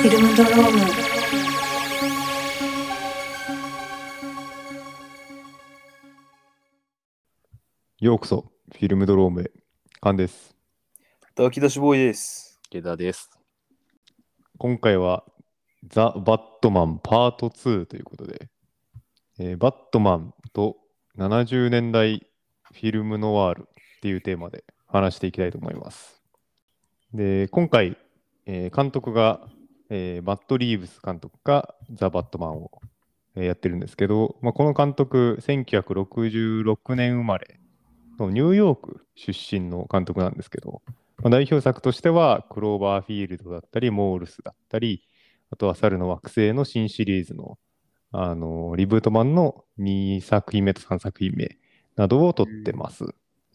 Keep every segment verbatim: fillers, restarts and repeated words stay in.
フィルムドローム。 ようこそフィルムドロームへ。カンです。 ダキダシボーイです。 池田です。 今回はザ・バットマンパートツーということで、えーバットマンとななじゅうねんだいフィルムノワールっていうテーマで話していきたいと思います。で、今回、えー監督が、えーマット・リーブス監督がザ・バットマンを、えーやってるんですけど、まあ、この監督せんきゅうひゃくろくじゅうろくねん生まれのニューヨーク出身の監督なんですけど、まあ、代表作としてはクローバーフィールドだったりモールスだったり、あとは猿の惑星の新シリーズの、あのリブート版のにさく品目とさんさく品目などを撮ってます。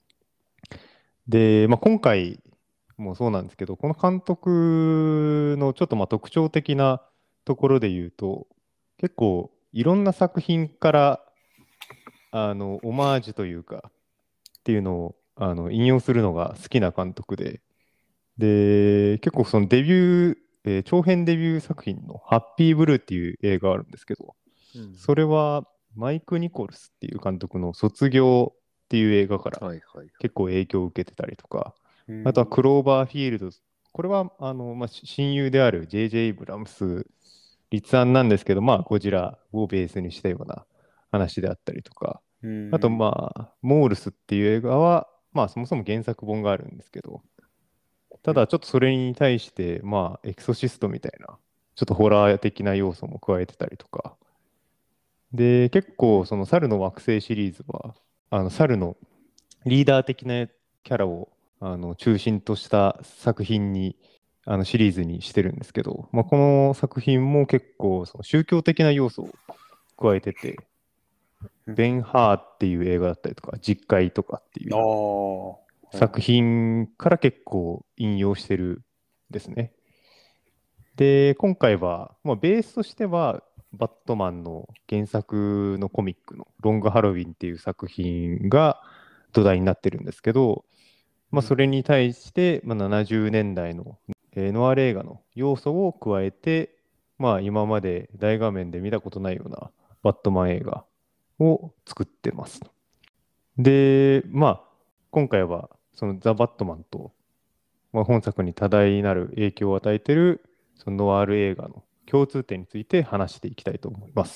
で、まあ、今回もそうなんですけど、この監督のちょっとまあ特徴的なところで言うと、結構いろんな作品からあのオマージュというかっていうのをあの引用するのが好きな監督で、で、結構そのデビュー、えー長編デビュー作品のハッピーブルーっていう映画があるんですけど、 うんそれはマイク・ニコルスっていう監督の卒業っていう映画からはいはい。 結構影響を受けてたりとか、 うんあとはクローバーフィールド、これはあの、まあ、し親友である ジェイジェイ・エイブラムス立案なんですけど、まあ、ゴジラをベースにしたような話であったりとか、 うんあと、まあ、モールスっていう映画は、まあ、そもそも原作本があるんですけど、ただちょっとそれに対して、まあ、エクソシストみたいな、ちょっとホラー的な要素も加えてたりとか、で、結構、その猿の惑星シリーズは、あの猿のリーダー的なキャラをあの中心とした作品に、あのシリーズにしてるんですけど、まあ、この作品も結構その宗教的な要素を加えてて、ベン・ハーっていう映画だったりとか、実会とかっていうああ。 作品から結構引用してるんですね。で、今回は、まあ、ベースとしては、バットマンの原作のコミックのロングハロウィンっていう作品が土台になってるんですけど、まあ、それに対して、まあ、ななじゅうねんだいの、えーノワール映画の要素を加えて、まあ、今まで大画面で見たことないようなバットマン映画を作ってます。で、まあ、今回はそのザ・バットマンと、まあ、本作に多大なる影響を与えているそのノワール映画の共通点について話していきたいと思います。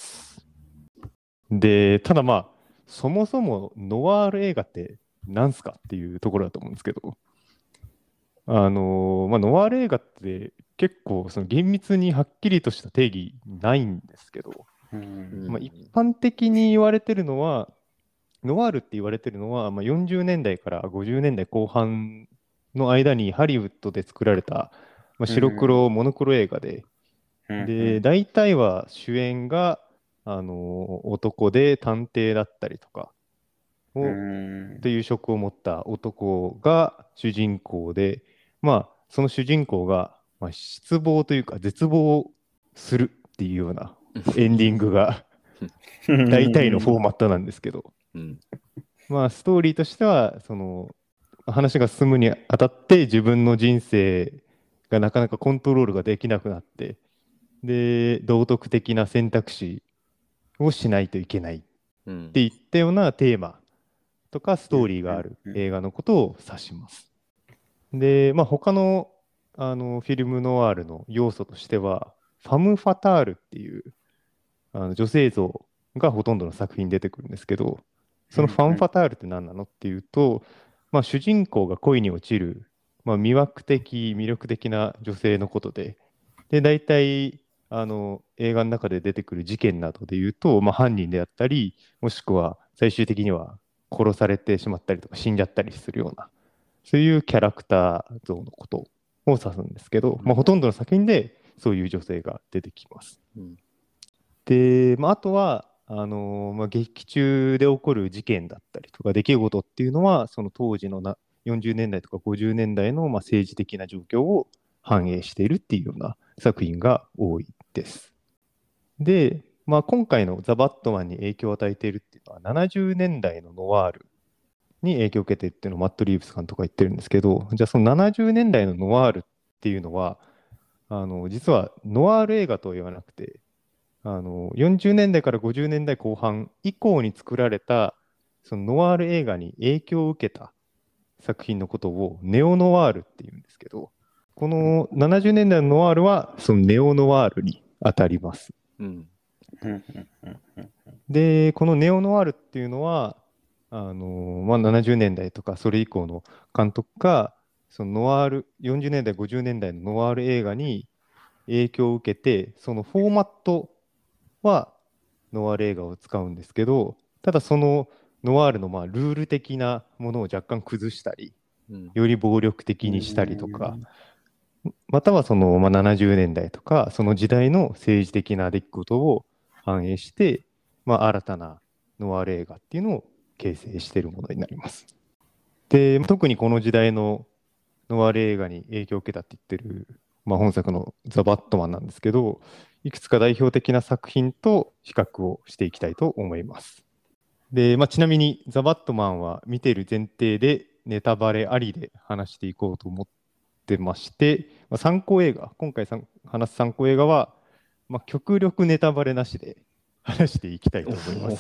で、ただまあ、そもそもノワール映画って何すかっていうところだと思うんですけど、あのまあ、ノワール映画って結構その厳密にはっきりとした定義ないんですけど、 うんまあ、一般的に言われてるのは、ノワールって言われてるのは、まあ、よんじゅうねんだいからごじゅうねんだいこう半の間にハリウッドで作られた、まあ、白黒モノクロ映画で、で、大体は主演が、あの男で探偵だったりとかを、という職を持った男が主人公で、まあ、その主人公が、まあ、失望というか絶望するっていうようなエンディングが大体のフォーマットなんですけど、 うんまあ、ストーリーとしてはその話が進むにあたって自分の人生がなかなかコントロールができなくなって、で道徳的な選択肢をしないといけないうんっていったようなテーマとかストーリーがある映画のことを指します。で、まあ、他のあのフィルムノワールの要素としては、ファム・ファタールっていうあの女性像がほとんどの作品に出てくるんですけど、そのファム・ファタールって何なのっていうと、まあ、主人公が恋に落ちる、まあ、魅惑的、魅力的な女性のことで、で、大体あの映画の中で出てくる事件などで言うと、まあ、犯人であったり、もしくは最終的には殺されてしまったりとか死んじゃったりするような、そういうキャラクター像のことを指すんですけど、まあ、ほとんどの作品でそういう女性が出てきます。 うんで、まあ、あとはあのーまあ、劇中で起こる事件だったりとか出来事っていうのは、その当時のなよんじゅうねんだいとかごじゅうねんだいのまあ政治的な状況を反映しているっていうような作品が多いです。で、まあ、今回のザ・バットマンに影響を与えているっていうのはななじゅうねんだいのノワールに影響を受けてっていうのをマット・リーブス監督が言ってるんですけど、じゃあそのななじゅうねんだいのノワールっていうのは、 あの実はノワール映画とは言わなくて、あのよんじゅうねんだいからごじゅうねんだいこう半以降に作られたそのノワール映画に影響を受けた作品のことをネオノワールっていうんですけど、このななじゅうねんだいのノワールはそのネオノワールに当たります。 うんで、このネオノワールっていうのは、あのまあ、ななじゅうねんだいとかそれ以降の監督がそのノワールよんじゅうねんだいごじゅうねんだいのノワール映画に影響を受けて、そのフォーマットはノワール映画を使うんですけど、ただそのノワールのまあルール的なものを若干崩したり、 うんより暴力的にしたりとか、またはそのまあななじゅうねんだいとかその時代の政治的な出来事を反映して、まあ、新たなノワール映画っていうのを形成しているものになります。で、特にこの時代のノワール映画に影響を受けたって言ってる、まあ、本作のザ・バットマンなんですけど、いくつか代表的な作品と比較をしていきたいと思います。で、まあ、ちなみにザ・バットマンは見ている前提でネタバレありで話していこうと思ってまして、まあ、参考映画、今回さん話す参考映画は、まあ、極力ネタバレなしで話していきたいと思います。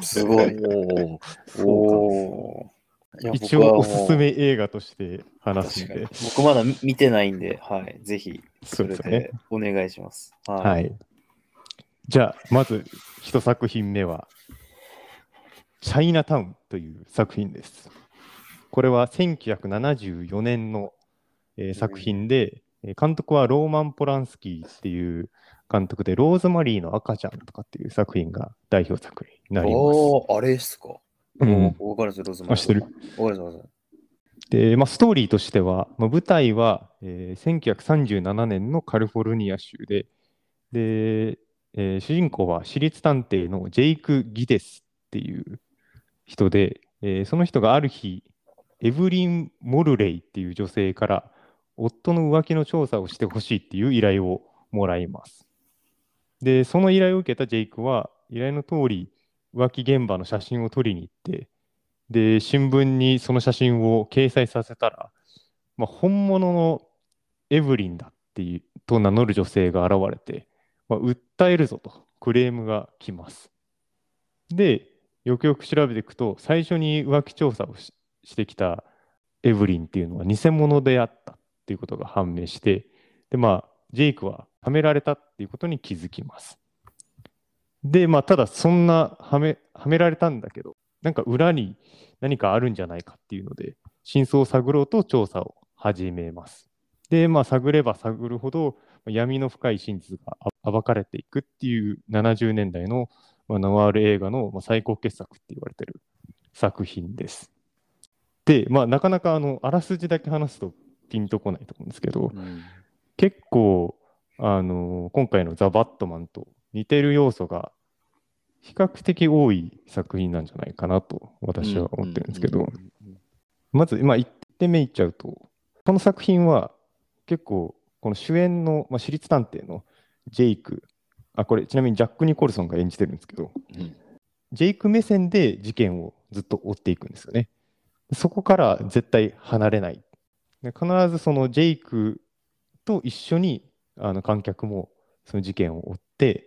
すごい。 おーそうおーいや一僕はもう応おすすめ映画として話すんで。 僕まだ見見てないんで、はい、ぜひそれそうですよねでお願いします。はい。 はい。じゃあ、まず一作品目は、チャイナタウンという作品です。これはせんきゅうひゃくななじゅうよねんの、えー作品で、えー監督はローマン・ポランスキーっていう監督で、ローズマリーの赤ちゃんとかっていう作品が代表作になります。 おー、あれっすか。 うんわかるんですよ、ローズマリー。 あ、知ってる。 わかるんですよわかるんですよ。 で、まあ、ストーリーとしては、まあ、舞台は、えーせんきゅうひゃくさんじゅうななねんのカリフォルニア州で、で、えー主人公は私立探偵のジェイク・ギデスっていう人で、えーその人がある日、エブリン・モルレイっていう女性から夫の浮気の調査をしてほしいっていう依頼をもらいます。で、その依頼を受けたジェイクは、依頼の通り浮気現場の写真を撮りに行って、で、新聞にその写真を掲載させたら、まあ、本物のエブリンだっていうと名乗る女性が現れて、まあ、訴えるぞとクレームが来ます。で、よくよく調べていくと、最初に浮気調査をし、してきたエブリンっていうのは偽物であったっていうことが判明して、で、まあ、ジェイクははめられたっていうことに気づきます。で、まあ、ただそんなはめ、はめられたんだけど、なんか裏に何かあるんじゃないかっていうので、真相を探ろうと調査を始めます。で、まあ、探れば探るほど闇の深い真実が暴かれていくっていうななじゅうねんだいのまあノワール映画のまあ最高傑作って言われてる作品です。で、まあ、なかなかあのあらすじだけ話すとピンとこないと思うんですけど、 うん結構あの今回のザ・バットマンと似てる要素が比較的多い作品なんじゃないかなと私は思ってるんですけど、 うんうんまず、まあ、いってんめいっちゃうと、この作品は結構この主演の、まあ、私立探偵のジェイク、あ、これちなみにジャック・ニコルソンが演じてるんですけど、 うんジェイク目線で事件をずっと追っていくんですよね。そこから絶対離れない。で必ずそのジェイクと一緒にあの観客もその事件を追って、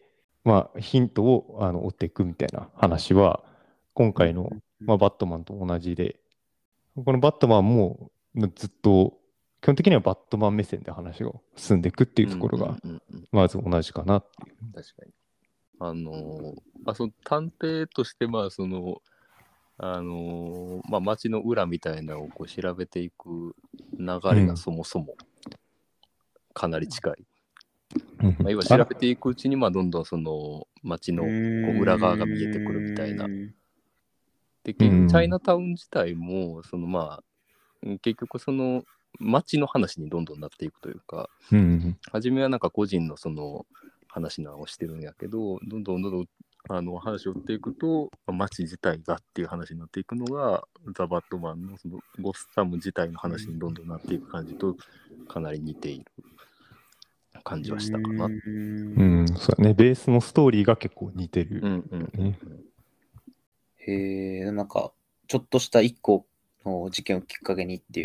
まあ、ヒントをあの追っていくみたいな話は、今回の、まあ、バットマンと同じで、このバットマンもずっと、基本的にはバットマン目線で話が進んでいくっていうところが、 うんうんうんまず同じかなっていう。 確かに。あのーまあ、その探偵として、まあ、その、あのーまあ、街の裏みたいなのをこう調べていく流れがそもそもかなり近い。 うんまあ、要は調べていくうちに、まあ、どんどんその街のこう裏側が見えてくるみたいな。で、結局、チャイナタウン自体も、そのまあ、結局、その街の話にどんどんなっていくというか、 うん初めはなんか個人のその話なんをしてるんやけど、どんどんどんどんあの話を追っていくと、まあ街自体がっていう話になっていくのが、ザ・バットマンのそのゴッサム自体の話にどんどんなっていく感じとかなり似ている感じはしたかな。 ううんん、そうだね。ベースのストーリーが結構似てる。 うんうんうんねへえ、なんか、ちょっとした一個の事件をきっかけにっていう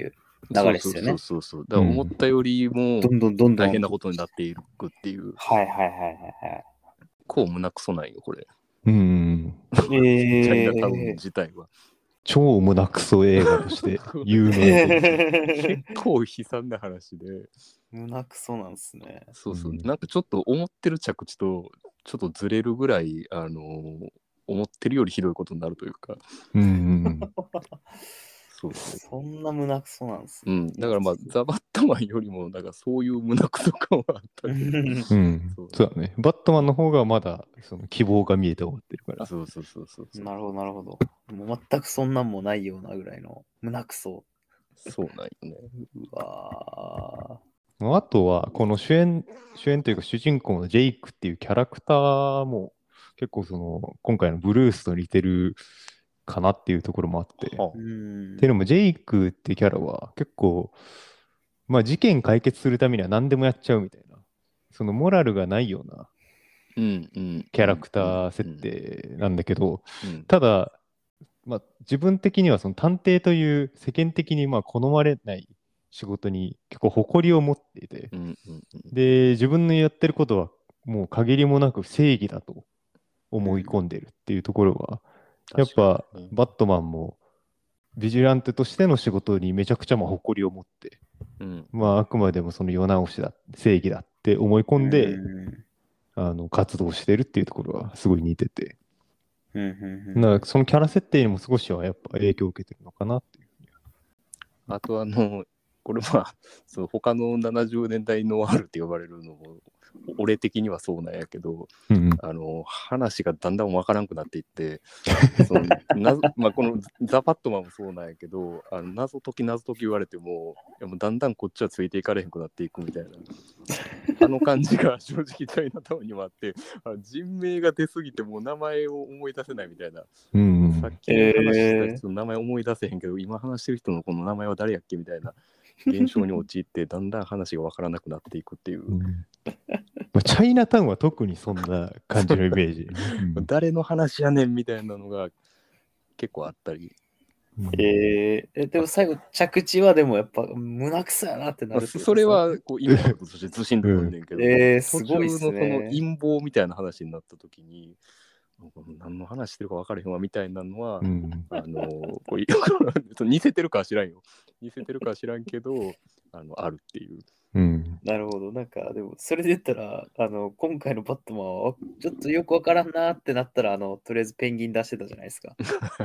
流れですよね。 そうそうそうそう。だから思ったよりもどんどんどんどん。 大変なことになっていくっていう。 はいはいはいはいはい。 こう胸くそないよ、これ。 うん。 えー、 チャイナタウン自体は。 超胸クソ映画として有名で。 結構悲惨な話で。 胸くそなんですね。 そうそう。 うんなんかちょっと思ってる着地とちょっとずれるぐらい、あのー思ってるよりひどいことになるというか。 うんうんそうそう。 そんな胸くそなんですね。 うん。だからまあ、ザ・バットマンよりも、なんかそういう胸くそ感はあったけど。 うん。うんそうそうだね。バットマンの方がまだその希望が見えて終わってるから。 そうそうそうそうそう。 なるほどなるほど。もう全くそんなんもないようなぐらいの胸くそ。 そうなんよね。 うわあとは、この主演、主演というか主人公のジェイクっていうキャラクターも結構その、今回のブルースと似てるかなっていうところもあって。 はーうんっていうのも、ジェイクっていうキャラは結構、まあ事件解決するためには何でもやっちゃうみたいな、そのモラルがないようなうんうん。 キャラクター設定なんだけど、 うん。 ただ、まあ、自分的にはその探偵という世間的にまあ好まれない仕事に結構誇りを持っていて、 うんうんうん。 で、自分のやってることはもう限りもなく正義だと思い込んでるっていうところは、やっぱ確かにねバットマンもビジランテとしての仕事にめちゃくちゃまあ誇りを持って、 うん。 まああくまでもその世直しだ、正義だって思い込んで、 うんあの活動してるっていうところはすごい似てて、 うんうんだからそのキャラ設定にも少しはやっぱ影響を受けてるのかなっていう。 あとあの、これは、そう他のななじゅうねんだいノワールって呼ばれるのも、俺的にはそうなんやけど、 うんあの話がだんだんわからんくなっていってそのな、まあ、このザ・バットマンもそうなんやけど、あの謎解き謎解き言われても、いやもうだんだんこっちはついていかれへんくなっていくみたいなあの感じが正直チャイナタウンにもあって、あ人名が出すぎてもう名前を思い出せないみたいな、 うんうんさっき話した人の名前思い出せへんけど、今話してる人のこの名前は誰やっけみたいな現象に陥ってだんだん話がわからなくなっていくっていう、 うんまあ、チャイナタウンは特にそんな感じのイメージ。うん誰の話やねんみたいなのが結構あったり、 うんえー、えでも最後着地はでもやっぱ胸くそやなってなまあるってことですねそれはこうインパクトとしてずしんとくんねんけど、 えー、す途中のそごいっすねの陰謀みたいな話になった時に何の話してるか分からへんわみたいなのは、 うんあのこう似せてるかは知らんよ似せてるかは知らんけどあのあるっていううんなるほど。なんか、でも、それで言ったら、あの、今回のバットマンは、ちょっとよくわからんなってなったら、あの、とりあえずペンギン出してたじゃないですか。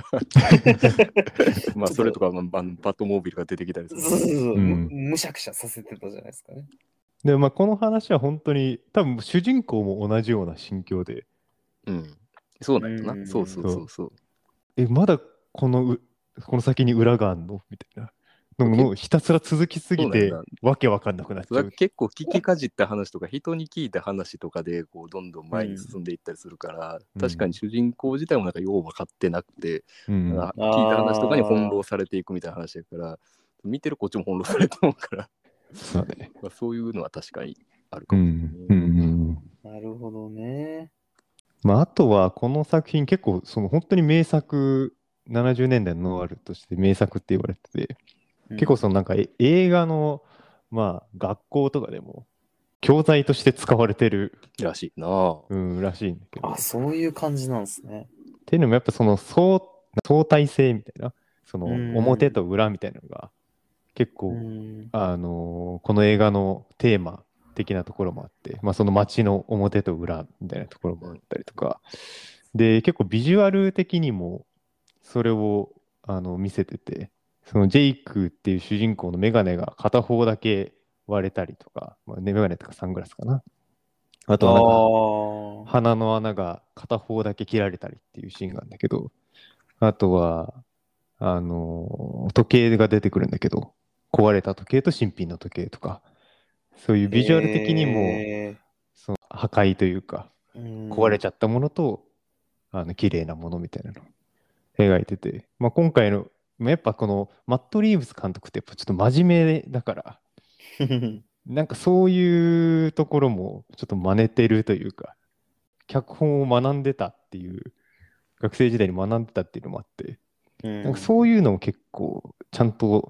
まあそれとか、まあ、あのバットモービルが出てきたりするそうそうそう、 うんむむしゃくしゃさせてたじゃないですかね。 で、まあ、この話は本当に多分主人公も同じような心境で、 うんそうなんやなうんそうそうそうそうえ、まだこのうこの先に裏があんのみたいなのもひたすら続きすぎてそうなんやなわけわかんなくなっちゃう。 結構聞きかじった話とか人に聞いた話とかでこうどんどん前に進んでいったりするから、 うん確かに主人公自体もなんかよう分かってなくて、 うんなんか聞いた話とかに翻弄されていくみたいな話だから見てるこっちも翻弄されてるからそうだね。 まあそういうのは確かにあるうかもしれない、 んうんうんなるほどね。 まあ、あとはこの作品結構その本当に名作、ななじゅうねんだいのノワールとして名作って言われてて、結構そのなんかえ映画のまあ学校とかでも教材として使われてる、 らしいなぁ。 うん、らしいんだけど、 あ、そういう感じなんですね。 っていうのもやっぱその相相対性みたいな、そのうん表と裏みたいなのが結構、 うん。 あのーこの映画のテーマ的なところもあって、まあ、その街の表と裏みたいなところもあったりとか、で結構ビジュアル的にもそれをあの見せてて、そのジェイクっていう主人公のメガネが片方だけ割れたりとか、まあ、ねメガネとかサングラスかな、あとはなんかあ鼻の穴が片方だけ切られたりっていうシーンがあるんだけど、あとはあの時計が出てくるんだけど、壊れた時計と新品の時計とか、そういうービジュアル的にもえその破壊というか、 ー壊れちゃったものと、あの綺麗なものみたいなのを描いてて、まあ、今回の、まあやっぱこのマット・リーブス監督ってやっぱちょっと真面目だから、 うんなんかそういうところもちょっと真似てるというか、脚本を学んでたっていう、学生時代に学んでたっていうのもあって、なんかそういうのも結構ちゃんと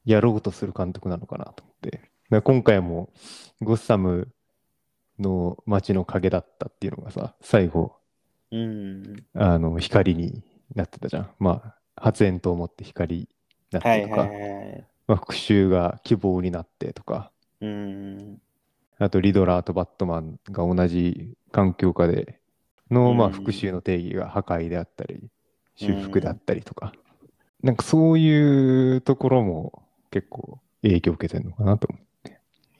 やろうとする監督なのかなと思って。だから今回もゴッサムの街の影だったっていうのがさ、最後、 うん。 あの光になってたじゃん。まあ、発煙筒を持って光になっはいはいてとか、 はい。 まあ、復讐が希望になってとか、 うん。 あとリドラーとバットマンが同じ環境下での、まあ、復讐の定義が破壊であったり、修復であったりとか、なんかそういうところも結構影響を受けてるのかなと思って。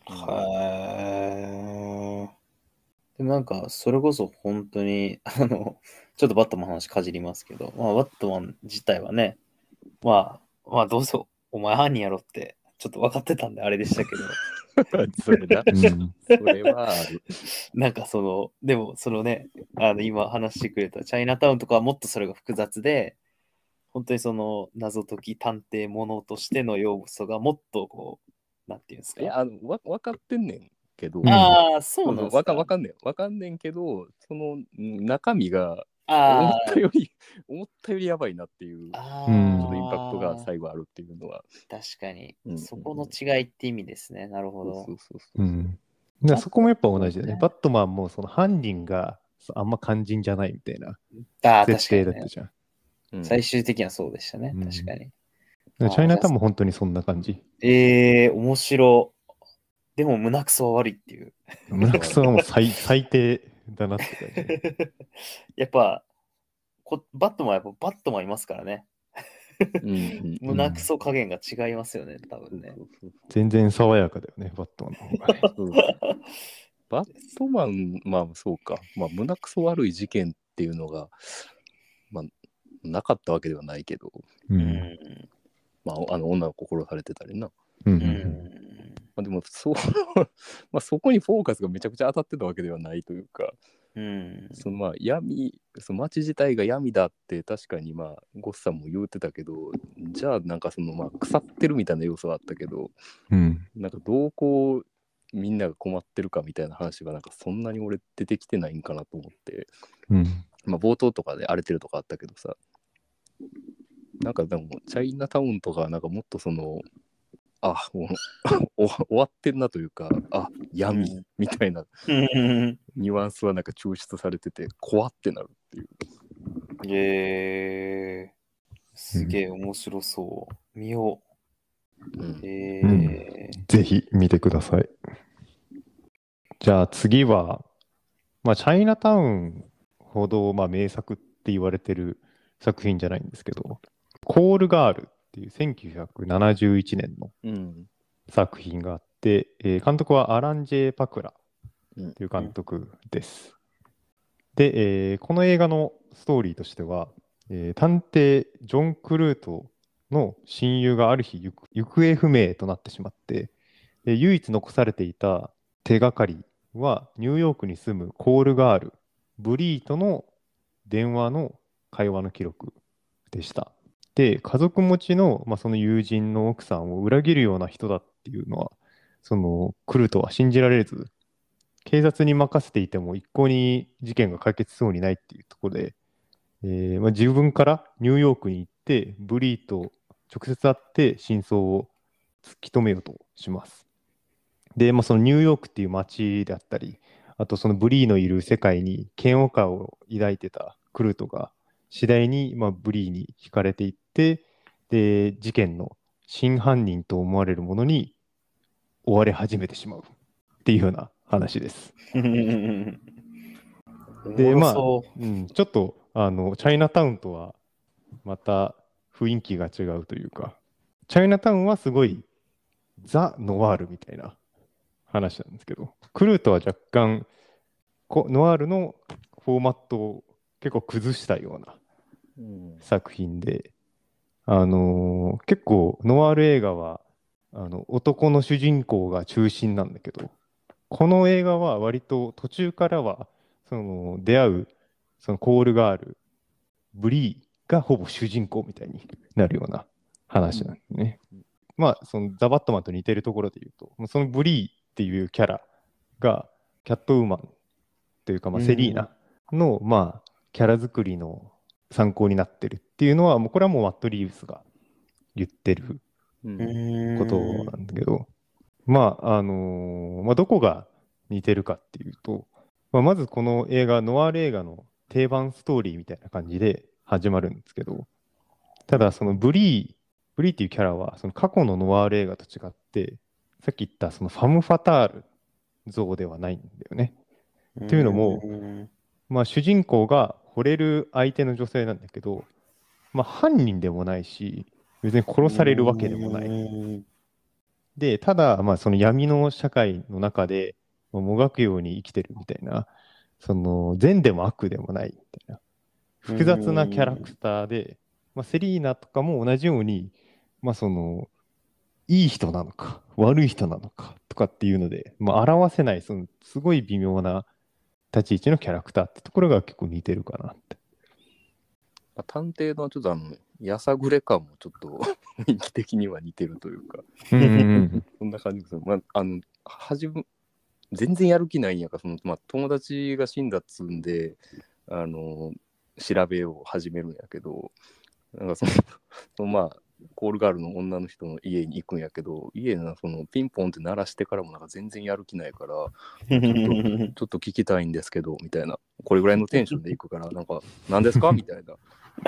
はい。でもなんか、それこそ本当に、あの、ちょっとバットマンの話かじりますけど、まあ、バットマン自体はね、まあ、まあ、どうぞ、お前犯人やろって、ちょっと分かってたんであれでしたけど、 それな。 うん、 それはある。 なんかその、でもそのね、あの今話してくれたチャイナタウンとかはもっとそれが複雑で、本当にその謎解き探偵ものとしての要素がもっとこう、なんていうんですか。 いや、あの、わ分かってんねんけど、 うんああ、そうなんですか。 わかわかんねん。わかんねんけど、そのうん中身が思っあたより、思ったよりやばいなっていう、 あ、 ちうんょっとインパクトがああ、 最後あるっていうのは。 確かに、 うんうんうんそこの違いって意味ですね。なるほど。 そうそうそうそうう。 ん。だからそこもやっぱ同じだよね。 ねバットマンもその犯人がそうあんま肝心じゃないみたいなああ、確設かにね。 定だったじゃん。 うん最終的にはそうでしたね。 うん確かに。 だからチャイナタウンあも本当にそんな感じ。 ええー、面白。でも胸くそは悪いっていう。 胸くそはもう最最低だなって感じ。 やっぱこ、バットマンはやっぱバットマンいますからね。 うんうん胸くそ加減が違いますよね、多分ね。 そうそう全然爽やかだよね、バットマンの方がね。 そうバットマン、まあそうか。まあ胸くそ悪い事件っていうのが、まあ、なかったわけではないけど、 う。 うんん。 まあ、あの女の子殺されてたりな。 うんううんん。 まあ、でもそうまあそこにフォーカスがめちゃくちゃ当たってたわけではないというか、 うん。 そのまあ闇、その街自体が闇だって確かにまあゴッサンも言うてたけど、じゃあなんかそのまあ腐ってるみたいな要素はあったけど、 うんなんかどうこうみんなが困ってるかみたいな話がなんかそんなに俺出てきてないんかなと思って、 うんまあ冒頭とかで荒れてるとかあったけどさ、なんかでもチャイナタウンとかなんかもっとそのあもうお終わってんなというか、あ闇うんみたいなうん。 ニュアンスはなんか抽出されてて怖ってなるっていう。 えー、すげえ面白そう。見ようんう。えー、 ぜひ見てください。じゃあ次は、まあ、チャイナタウンほどまあ名作って言われてる作品じゃないんですけど、コールガールっていうせんきゅうひゃくななじゅういちねんのうん作品があって、えー監督はアラン・ジェイ・パクラうんという監督です。で、えーこの映画のストーリーとしては、えー探偵ジョン・クルートの親友がある日行く行方不明となってしまって、で唯一残されていた手がかりはニューヨークに住むコールガール、ブリーとの電話の会話の記録でした。で、家族持ちの、まあ、その友人の奥さんを裏切るような人だっていうのは、そのクルートは信じられず、警察に任せていても一向に事件が解決しそうにないっていうところで、えーまあ、自分からニューヨークに行ってブリーと直接会って真相を突き止めようとします。で、まあ、そのニューヨークっていう街であったり、あとそのブリーのいる世界に嫌悪感を抱いてたクルートが次第にまあブリーに惹かれていって、で、事件の真犯人と思われるものに追われ始めてしまうっていうような話です。で、まあ、 おもろそうん、ちょっとあのチャイナタウンとはまた雰囲気が違うというか、チャイナタウンはすごいザ・ノワールみたいな話なんですけど、クルートは若干こノワールのフォーマットを結構崩したようなうん作品で、あのー結構ノワール映画はあの男の主人公が中心なんだけど、この映画は割と途中からはその出会うそのコールガール、ブリーがほぼ主人公みたいになるような話なんですね。まあそのザ・バットマンと似てるところで言うと、そのブリーっていうキャラがキャットウーマンというか、まあ、セリーナの、まあ、キャラ作りの参考になってるっていうのは、もうこれはもうマット・リーブスが言ってるうんことなんだけど、まあ、あのーまあ、どこが似てるかっていうと、まあ、まずこの映画、ノワール映画の定番ストーリーみたいな感じで始まるんですけど、ただそのブリー、ブリーっていうキャラはその過去のノワール映画と違って、さっき言ったそのファム・ファタール像ではないんだよね。っていうのも、まあ、主人公が惚れる相手の女性なんだけど、まあ、犯人でもないし、別に殺されるわけでもない。で、ただ、まあ、その闇の社会の中で、まあもがくように生きてるみたいな、その善でも悪でもないみたいな、複雑なキャラクターで、まあ、セリーナとかも同じように、まあ、その、いい人なのか、悪い人なのかとかっていうので、まあ、表せない、その、すごい微妙な立ち位置のキャラクターってところが結構似てるかなって。 まあ探偵のちょっとあの、やさぐれ感もちょっと雰囲気的には似てるというか、 うんうんうんそんな感じです。まあ、あの、はじめ、全然やる気ないんやから、その、まあ、友達が死んだっつんで、あの、調べを始めるんやけど、なんかその、そのまあ、コールガールの女の人の家に行くんやけど、家のそのピンポンって鳴らしてからもなんか全然やる気ないから、ちょっと、ちょっと聞きたいんですけど、みたいな。これぐらいのテンションで行くから、なんか、何ですかみたいな。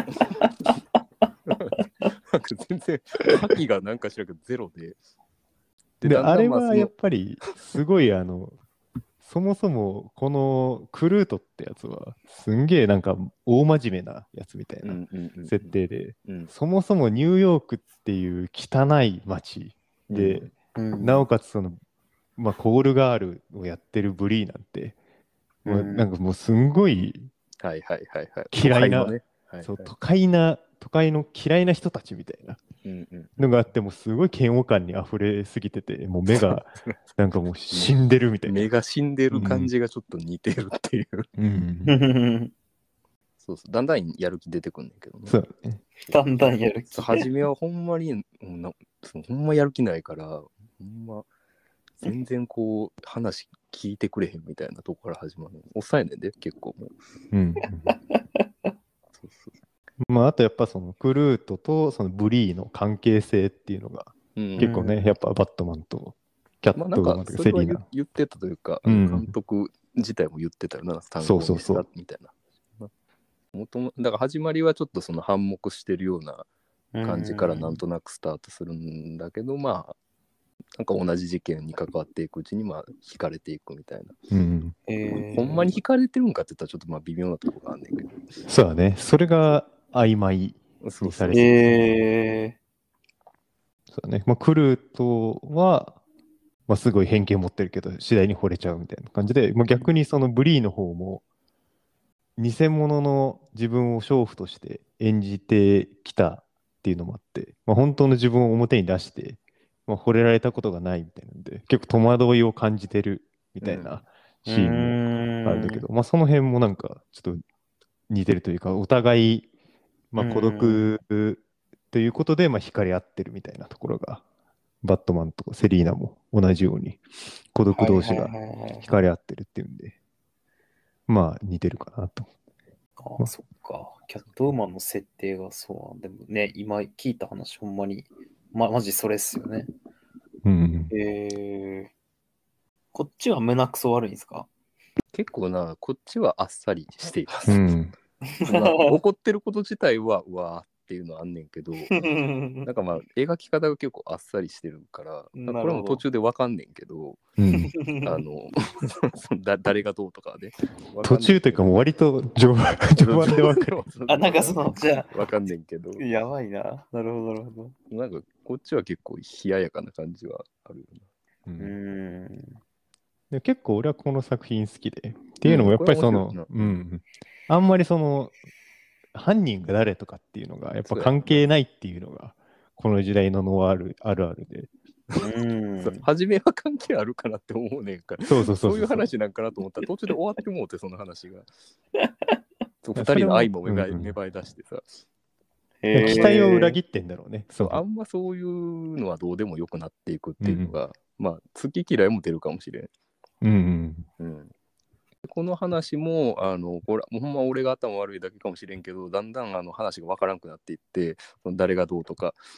なんか全然、覇気がなんかしらけどゼロで。 で、 だんだんあれまあそのはやっぱり、すごい、あの、そもそも、このクルートってやつは、すんげえなんか大真面目なやつみたいな設定で、 うんそもそもニューヨークっていう汚い街で、なおかつその、まあ、コールガールをやってるブリーなんて、もうなんかもうすんごいはいはいはいはい。 嫌いな、 都会のねはいはいそう都会な、都会の嫌いな人たちみたいなうんうんのがあって、もうすごい嫌悪感に溢れすぎてて、もう目がなんかもう死んでるみたいな。 目が死んでる感じがちょっと似てるっていう。 うんそうそう、だんだんやる気出てくんねんけどね。 そうね。 だんだんやる気。 そう初めはほんまに、うんなそうほんまやる気ないから、ほんま、全然こう、話聞いてくれへんみたいなとこから始まる。抑えねんで、結構もう。 うん。 そうそうまあ、あとやっぱそのクルートとそのブリーの関係性っていうのがうん結構ね、やっぱバットマンとキャまあなんかットマンとかそれは言セリーナ。 言ってたというか、 うん監督自体も言ってたよな、単そ語にしうそうそうたみたいな。もともだから始まりはちょっとその反目してるような感じからなんとなくスタートするんだけど、まあなんか同じ事件に関わっていくうちにまあ惹かれていくみたいな、 うん。 えーほんまに惹かれてるんかって言ったらちょっとまあ微妙なところがあんねんけど、 そうだね。それが曖昧そうそうにされてる。 えそうだね。まあ、クルートは、まあ、すごい偏見持ってるけど、次第に惚れちゃうみたいな感じで、まあ、逆にそのブリーの方も、偽物の自分を娼婦として演じてきたっていうのもあって、まあ、本当の自分を表に出して、まあ、惚れられたことがないみたいなんで、結構戸惑いを感じてるみたいなシーンもあるんだけど、まあ、その辺もなんかちょっと似てるというか、お互い、まあ、孤独ということで、まあ、惹かれ合ってるみたいなところが、バットマンとセリーナも同じように孤独同士が惹かれ合ってるっていうんで、まあ似てるかなと。 ああ、そっか。キャットウーマンの設定がそうなんでもね、今聞いた話、ほんまに、ま、マジそれっすよね。 うん。 えー、こっちは胸くそ悪いんですか？ 結構なこっちはあっさりしています、 うん。 まあ怒ってること自体はうわーっていうのはあんねんけどなんかまあ描き方が結構あっさりしてるからなるほどこれも途中でわかんねんけどうん、 あのそのだ誰がどうとかはね途中というかもう割と序盤序盤で分かる。 あ、なんかその、じゃあ、 わかんねんけどやばいな。なるほど、なるほど。 なんかこっちは結構冷ややかな感じはあるよう、 うんん。 で結構俺はこの作品好きで。っていうのもやっぱりその、 うんこれ面白いなうん、あんまりその犯人が誰とかっていうのがやっぱ関係ないっていうのがこの時代のノワールあるあるで。 うんな。初めは関係あるかなって思うねんからそうそうそうそう。 そういう話なんかなと思ったら途中で終わってもうてその話がそう二人の愛も芽生え,、 うんうん芽生え出してさへー期待を裏切ってんだろうね。 そうあそのんまそういうのはどうでもよくなっていくっていうのが、まあ好き嫌いも出るかもしれん、 うんうん、この話もあのこれもうほんま俺が頭悪いだけかもしれんけどだんだんあの話がわからんくなっていってその誰がどうとか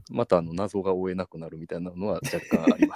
またあの謎が追えなくなるみたいなのは若干あります。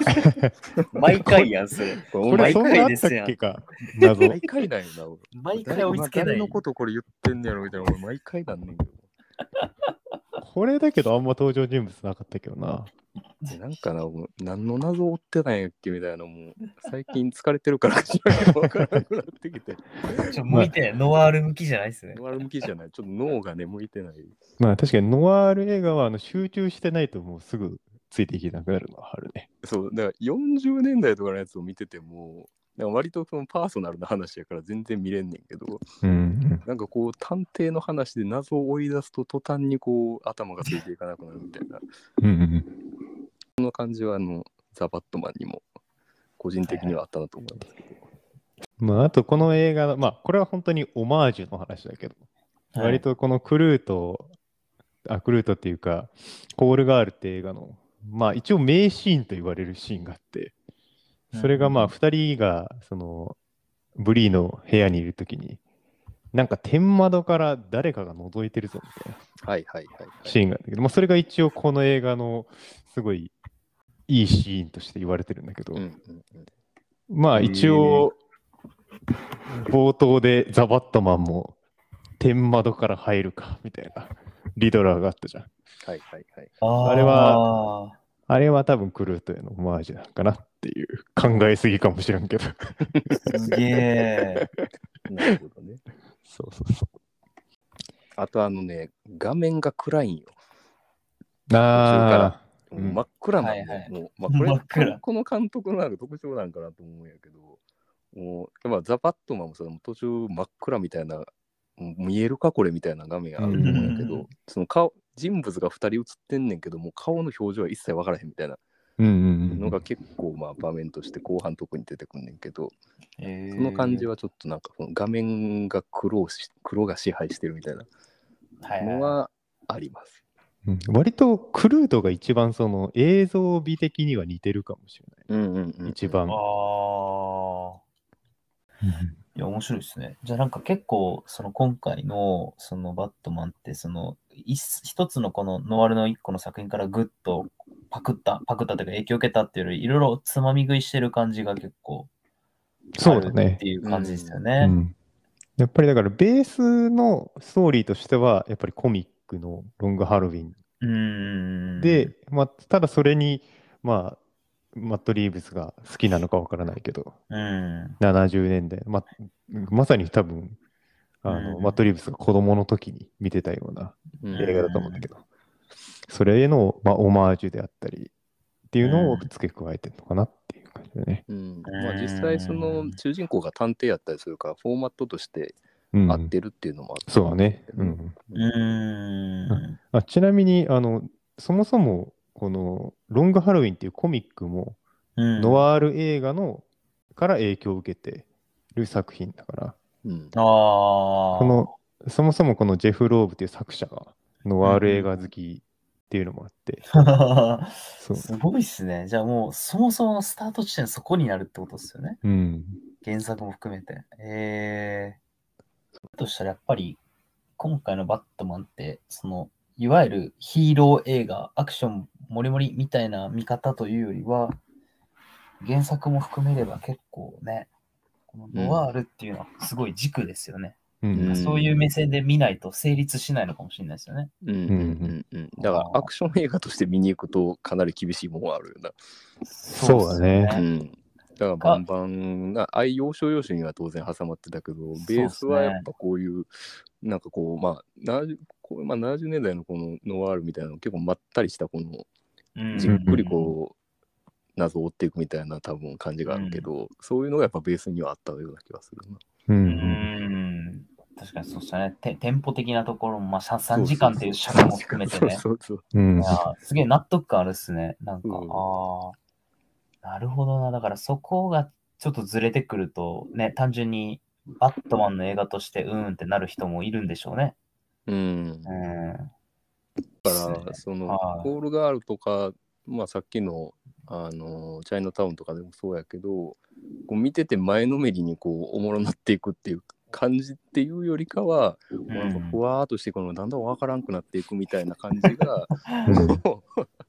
毎回やん、それ。 これこれ毎そんなあったっ回ですやんけ。か謎。 毎回なんよな。俺毎回追いつけない誰誰の。ことこれ言ってんねやろみたいな、俺毎回なんねんけど。 これだけどあんま登場人物なかったけどな。 でなんかな、もう何の謎を追ってたんやっけみたいな、もう最近疲れてるから知らんけど分からなくなってきて。 ちょ向いてない。ノワール向きじゃないですね。 ノワール向きじゃない。ちょっと脳がね、向いてない。 まあ確かにノワール映画はあの集中してないともうすぐついていけなくなるのはあるね。 そう、だからよんじゅうねんだいとかのやつを見てても、なんか割とそのパーソナルな話やから全然見れんねんけど、 うんうん。 なんかこう探偵の話で謎を追い出すと途端にこう頭がついていかなくなるみたいな、 うんうんその感じはあのザ・バットマンにも個人的にはあったなと思いますけど。 うん。まああとこの映画、まあこれは本当にオマージュの話だけど、 はい割とこのクルート、あ、クルートっていうか、コールガールって映画の、まあ一応名シーンと言われるシーンがあって、それがまあふたりがそのブリーの部屋にいるときに、なんか天窓から誰かが覗いてるぞみたいなはいはいはい、はい。 シーンがあるんだけど、まあ、それが一応この映画のすごいいいシーンとして言われてるんだけど、 うんうんうん、 まあ一応冒頭でザ・バットマンも天窓から入るかみたいなリドラーがあったじゃん。 はいはいはい。 ああれはあれは多分クルートへのオマージュなのかなっていう考えすぎかもしれんけど。 すげえ。 なるほどね。 そうそうそあとあのね、画面が暗いんよ。 う。ああ、 もう真っ暗なんで、 はいはいもうまあ、これ真っ暗この監督のなんか特徴なんかなと思うんやけど、もうやっぱザ・バットマンもさ、途中真っ暗みたいな、もう見えるかこれみたいな画面があると思うんやけど、 うんその顔人物がふたり映ってんねんけど、もう顔の表情は一切分からへんみたいなうんうんうん。 のが結構まあ場面として後半特に出てくんねんけど、 えーその感じはちょっとなんかこの画面が黒をし黒が支配してるみたいなはいはいのはあります。 うん割とクルートが一番その映像美的には似てるかもしれない。 うんうんうん、 一番。 ああ。いや、面白いですね。じゃあなんか結構、その今回のそのバットマンって、その一一つのこのノワールの一個の作品からグッとパクった、パクったというか影響を受けたっていうより、いろいろつまみ食いしてる感じが結構そうだねあるって。いう感じですようね。 ん。やっぱりだからベースのストーリーとしては、やっぱりコミックのロングハロウィンうーん。 で、まあ、ただそれに、まあ、マット・リーブスが好きなのかわからないけど、 うん。 ななじゅうねんだい、ま、まさに多分、あの、 うんマット・リーブスが子供の時に見てたようなうん映画だと思うんだけど、それへの、まあ、オマージュであったりっていうのを付け加えてるのかなっていう感じだね。 うんまあ、実際その主人公が探偵やったりするからフォーマットとしてうん、 合ってるっていうのもあって、 そうだね。うんうーん。 あちなみにあの、そもそもこのロングハロウィンっていうコミックも、 うんノワール映画のから影響を受けてる作品だから、 うんああ。 このそもそもこのジェフ・ローブという作者がノワール映画好きっていうのもあって、そうすごいっすね。じゃあもう、そもそものスタート地点そこになるってことですよね。 うん、 原作も含めて。えー。だとしたらやっぱり、今回のバットマンって、その、いわゆるヒーロー映画、アクションモリモリみたいな見方というよりは、原作も含めれば結構ね、このノワールっていうのはすごい軸ですよね。 うんうんそういう目線で見ないと成立しないのかもしれないですよね。 うんうんうんうんだからアクション映画として見に行くとかなり厳しいものはあるよな。 そうだねっすようん、だからバンバンな愛要所要所には当然挟まってたけど、ベースはやっぱこういうなんかこうまあななじゅうこうまあななじゅうねんだいのこのノワールみたいなの結構まったりしたこのうんじっくりこう謎を追っていくみたいな多分感じがあるけど、そういうのがやっぱベースにはあったような気がするな。 うんうーん。確かにそうしたね。テテンポ的なところも、まあ、ささんじかんっていう尺も含めてね。 そうそううんいやーすげえ納得感あるっすね。なんか、 うんああ、なるほどな。だからそこがちょっとずれてくると、ね、単純にバットマンの映画としてうーんってなる人もいるんでしょうね。 うん。 うん。 だからそのはいコールガールとか、まあ、さっきのあのチャイナタウンとかでもそうやけど、こう見てて前のめりにこうおもろなっていくっていう感じっていうよりかは、 うんもうなんかふわーっとしてこのだんだんわからんくなっていくみたいな感じが、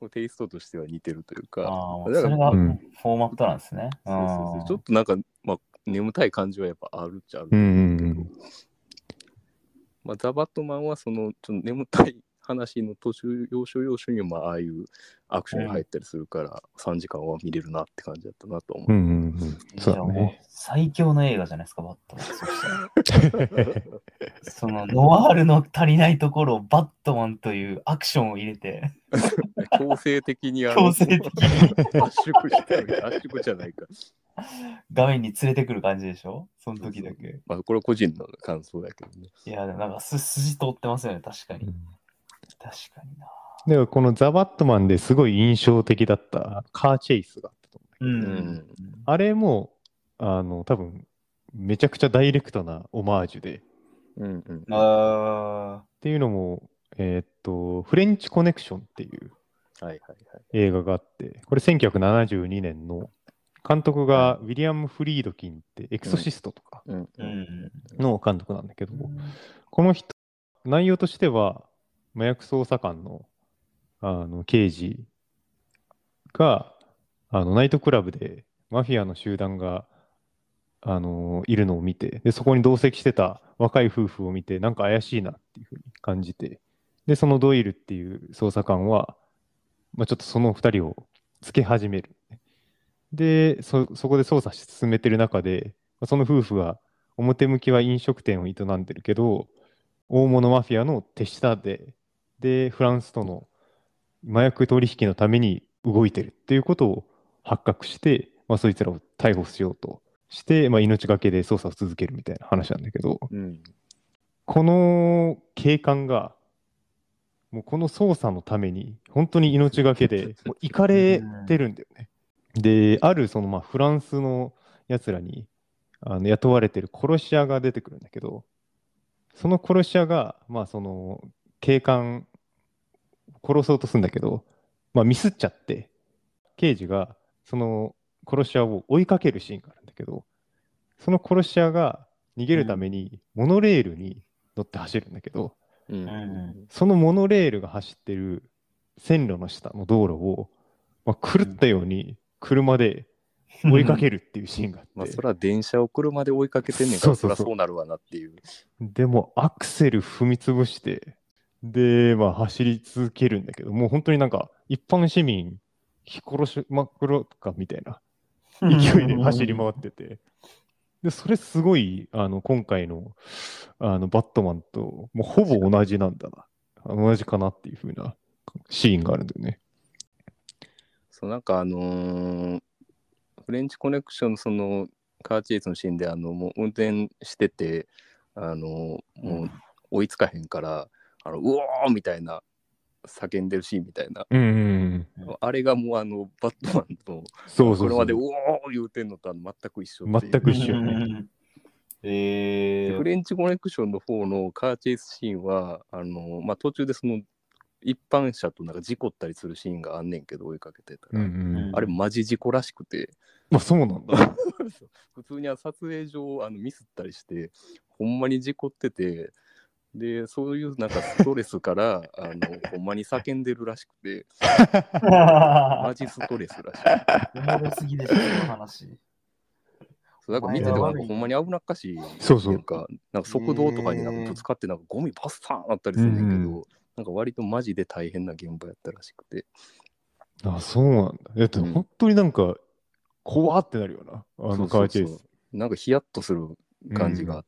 テイストとしては似てるというか、 ああ、 だからそれがフうんォーマットなんですね。 そうそうそうちょっとなんか、まあ、眠たい感じはやっぱあるっちゃあるとうんう思うけど、 んうん。 まあ、ザ・バットマンはそのちょっと眠たい話の途中要所要所にまあああいうアクションが入ったりするから、さんじかんは見れるなって感じだったなと思う。 うんうんうん。そうだね。 最強の映画じゃないですか、バットマン。そしたらそのノワールの足りないところをバットマンというアクションを入れて、 強制的にあの強制的に圧縮してる、圧縮じゃないか。 画面に連れてくる感じでしょその時だけ。 そうそうまあ、これは個人の感想だけどね。 いや、でもなんかす筋通ってますよね、確かに。 うん確かにな。 でもこのザ・バットマンですごい印象的だったカーチェイスがあったと思うんだけど、 うん。 うんあれもあの多分めちゃくちゃダイレクトなオマージュで、 うんうんあっていうのも、えーっと、フレンチコネクションっていうはいはいはい。 映画があって、これせんきゅうひゃくななじゅうにねんの監督がウィリアム・フリードキンってエクソシストとかうんーうん。 の監督なんだけど、この人、内容としては麻薬捜査官の、あの刑事があのナイトクラブでマフィアの集団があのいるのを見て、でそこに同席してた若い夫婦を見て、なんか怪しいなっていうふうに感じて、でそのドイルっていう捜査官は、まあ、ちょっとそのふたりをつけ始める。でそ、そこで捜査し進めてる中で、その夫婦は表向きは飲食店を営んでるけど、大物マフィアの手下で、で、フランスとの麻薬取引のために動いてるっていうことを発覚して、まあ、そいつらを逮捕しようとして、まあ、命がけで捜査を続けるみたいな話なんだけど、 うんこの警官が、もうこの捜査のために、本当に命がけで、もう行かれてるんだよね。で、あるそのまあフランスのやつらにあの雇われてる殺し屋が出てくるんだけど、その殺し屋が、まあその警官殺そうとするんだけど、まあ、ミスっちゃって、刑事がその殺し屋を追いかけるシーンがあるんだけど、その殺し屋が逃げるためにモノレールに乗って走るんだけど、 うんうんそのモノレールが走ってる線路の下の道路を、まあ、狂ったように車で追いかけるっていうシーンがあって、 まあそれは電車を車で追いかけてんねんから、そうりそそうそうゃそうなるわなっていう。 でもアクセル踏み潰してで、まあ、走り続けるんだけど、もう本当になんか一般市民ひ殺しまくろかみたいな勢いで走り回ってて、でそれすごいあの今回のあのバットマンともうほぼ同じなんだな、同じかなっていう風なシーンがあるんだよね。 そうなんかあのーフレンチコネクションのそのカーチェイスのシーンであのもう運転しててあのーもう追いつかへんからあのうおーみたいな叫んでるシーンみたいな、 うんうんうん、 あれがもうあのバットマンのそうそうそう車でうおー言うてんのとあの全く一緒っていう全く一緒よね。 えー、 でフレンチコネクションの方のカーチェイスシーンはあの、まあ、途中でその一般車となんか事故ったりするシーンがあんねんけど追いかけてたら、 うんうん、 あれマジ事故らしくてまあそうなんだ。 普通には撮影上あのミスったりしてほんまに事故っててでそういうなんかストレスからあのほんまに叫んでるらしくてマジストレスらしい。 おもろすぎでしょ、その話。 そうなんか見ててもなんかほんまに危なっかしいそうそうなんかなんか速道とかになんかぶつかってなんかゴミバッサーンあったりするんだけど、 うんうんなんか割とマジで大変な現場やったらしくて、 あ、そうなんだ。だってうん本当になんか怖ってなるよな、あのカーチェイス。 そうそうそうなんかヒヤッとする感じがあって、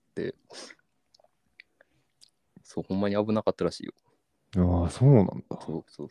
そうほんまに危なかったらしいよ。 ああ、そうなんだ。 そうそう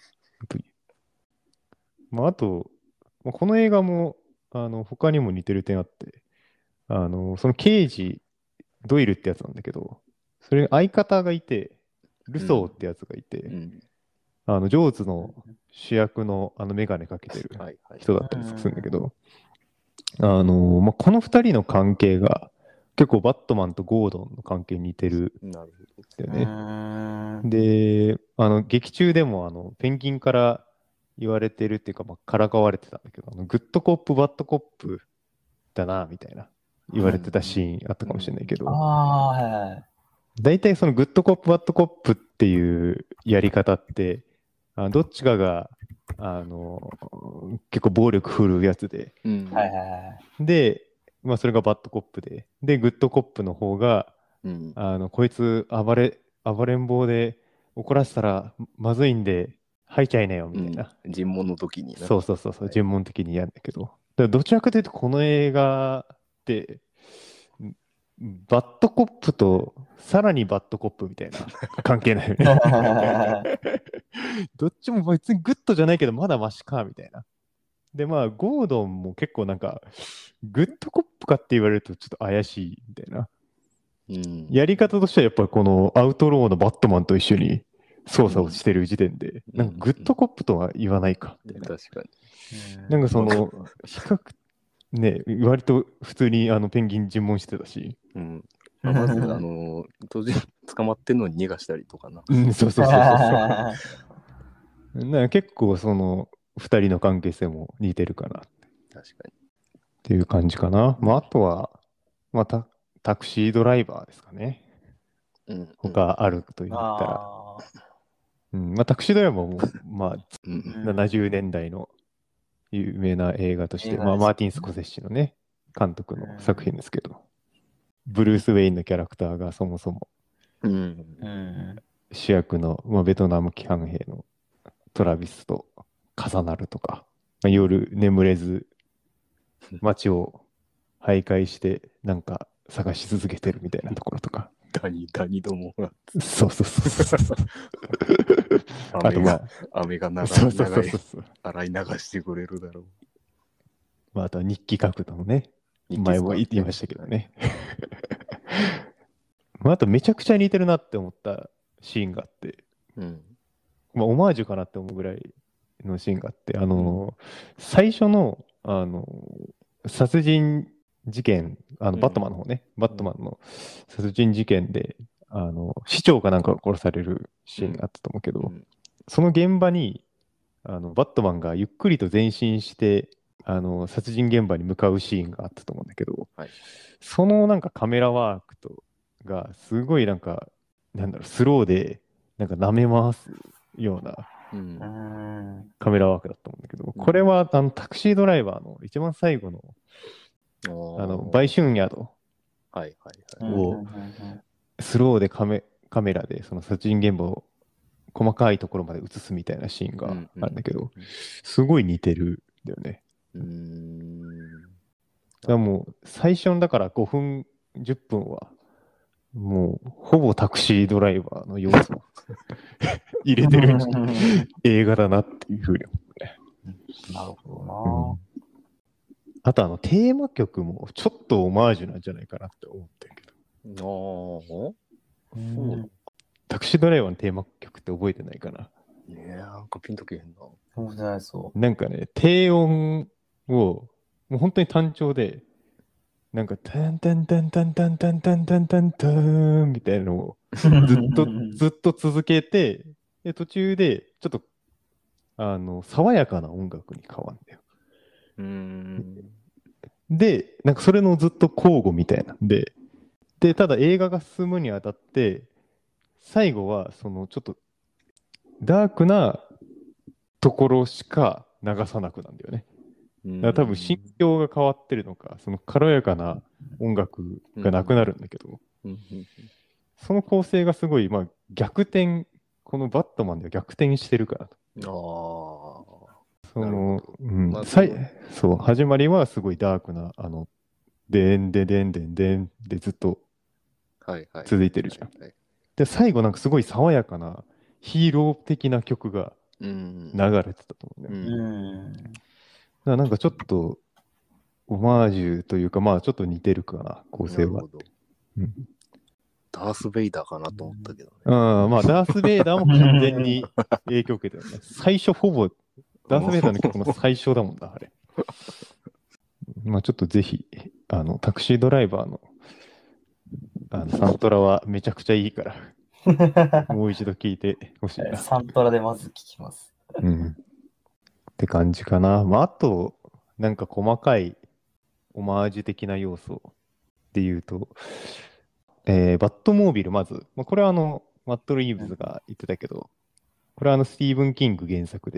まあ、あと、まあこの映画もあの他にも似てる点あって、あのその刑事、ドイルってやつなんだけど、それに相方がいて、ルソーってやつがいて、 うん、 あのジョーズの主役のあのメガネかけてるはいはい。 人だったりするんだけど、あのまあ、このふたりの関係が結構バットマンとゴードンの関係に似てるなるんだようね。 ーんで、あの劇中でもあのペンギンから言われてるっていうか、まあ、からかわれてたんだけど、あのグッドコップ、バッドコップだなみたいな言われてたシーンあったかもしれないけど、 ああ、はいはい。 大体そのグッドコップ、バッドコップっていうやり方って、あどっちかがあの、結構暴力振るうやつで、 うん。 はいはいはい。 で、まあ、それがバッドコップで、で、グッドコップの方が、 うん。 あの、こいつ暴れ、暴れん坊で怒らせたらまずいんで、吐いちゃいなよ、みたいな。 うん、尋問の時にな。 そうそうそうそう、 はい尋問的にやるんだけど。だからどちらかというと、この映画って、んバッドコップとさらにバッドコップみたいな関係ないよね。どっちも別にグッドじゃないけど、まだマシか、みたいな。で、まあ、ゴードンも結構なんか、グッドコップかって言われるとちょっと怪しいみたいな。 うん。 やり方としてはやっぱりこのアウトローのバットマンと一緒に操作をしてる時点で、 うんなんかグッドコップとは言わないかみたいな。 確かに。 なんかその、比較、ね、割と普通にあのペンギン尋問してたし、 うん。まあまず、あの、当時捕まってんのに逃がしたりとかな。 うん、そうそうそうそうそう。なんか結構その二人の関係性も似てるかなっ確かていう感じかな。まああとは、まあタ、タクシードライバーですかね。 に。うん。 他あると言ったら。 あうん、まあタクシードライバーも、まあうん。 ななじゅうねんだいの有名な映画として、まあ、 映画ですマーティン・スコセッシのね、監督の作品ですけど、ブルース・ウェインのキャラクターがそもそもうん。 うん。 主役の、まあ、ベトナム帰還兵のトラビスと重なるとか、まあ、夜眠れず街を徘徊してなんか探し続けてるみたいなところとか。 ダニ、ダニどもが。 そうそうそうそう。あと雨が、 まあ、 雨が長い、 そうそうそ長いうそうそう。 洗い流してくれるだろう。 まあ、あとは日記書くのもね、前も言ってましたけどね。まあ、あとめちゃくちゃ似てるなって思ったシーンがあって、 うん。 まあ、オマージュかなって思うぐらいのシーンがあって、あのー最初の、あのー殺人事件、あの、 うんバットマンの方ね、バットマンの殺人事件で、あの、市長かなんかが殺されるシーンがあったと思うけど、 うんその現場に、あの、バットマンがゆっくりと前進して、あの、殺人現場に向かうシーンがあったと思うんだけど、 はい。 そのなんかカメラワークとがすごいなんか、なんだろう、スローでなんか舐め回すようなうんう。ん。 カメラワークだったんだけど、 うんこれはあのタクシードライバーの一番最後のああの売春宿はいはいはい。 をスローでカメカメラでその殺人現場を細かいところまで映すみたいなシーンがあるんだけど、すごい似てるんだよね。 うーん。 だからもう最初のだからごふん、じゅっぷんはもうほぼタクシードライバーの要素を入れてる映画だなっていうふうに思うね。 なるほうどんあとあのテーマ曲もちょっとオマージュなんじゃないかなって思ってるけど。 ああ。 な。 そうタクシードライバーのテーマ曲って覚えてないかな。 ねえ、なんかピンとけへんな。 そうじゃないそなんかね、低音をもう本当に単調で、なんかタンタンタンタンタンタンタンタンタンタンみたいなのをう。 ずっとずっと続けて、で途中でちょっとあの爽やかな音楽に変わるんだよ。 うーん。 で、なんかそれのずっと交互みたいなんで、で、ただ映画が進むにあたって、最後はそのちょっとダークなところしか流さなくなんだよね。だから多分心境が変わってるのか、その軽やかな音楽がなくなるんだけど、 うんうんその構成がすごい、まあ、逆転、このバットマンでは逆転してるからと。 ああ。 そなるのほ、 うんまあさいそうそう、始まりはすごいダークな、あの、でんででんでんでんでずっとはいはい。 続いてるじゃん。 はいはいで、最後なんかすごい爽やかなヒーロー的な曲がうん。 流れてたと思うんだよね。 ううんん。 だからなんかちょっと、オマージュというか、まあちょっと似てるかな、構成はなるほ。ど。 うんダース・ベイダーかなと思ったけどね。 うん、まあダース・ベイダーも完全に影響を受けてるね。最初ほぼ、ダース・ベイダーの曲の最初だもんな、あれ。まあちょっとぜひ、あの、タクシードライバーの、あのサントラはめちゃくちゃいいから、もう一度聞いてほしいな。 サントラでまず聞きます。 うん。って感じかな。まああと、なんか細かいオマージュ的な要素っていうと、えーバットモービル、まず、まあ、これはあの、マット・リーブズが言ってたけど、これはあの、スティーブン・キング原作で、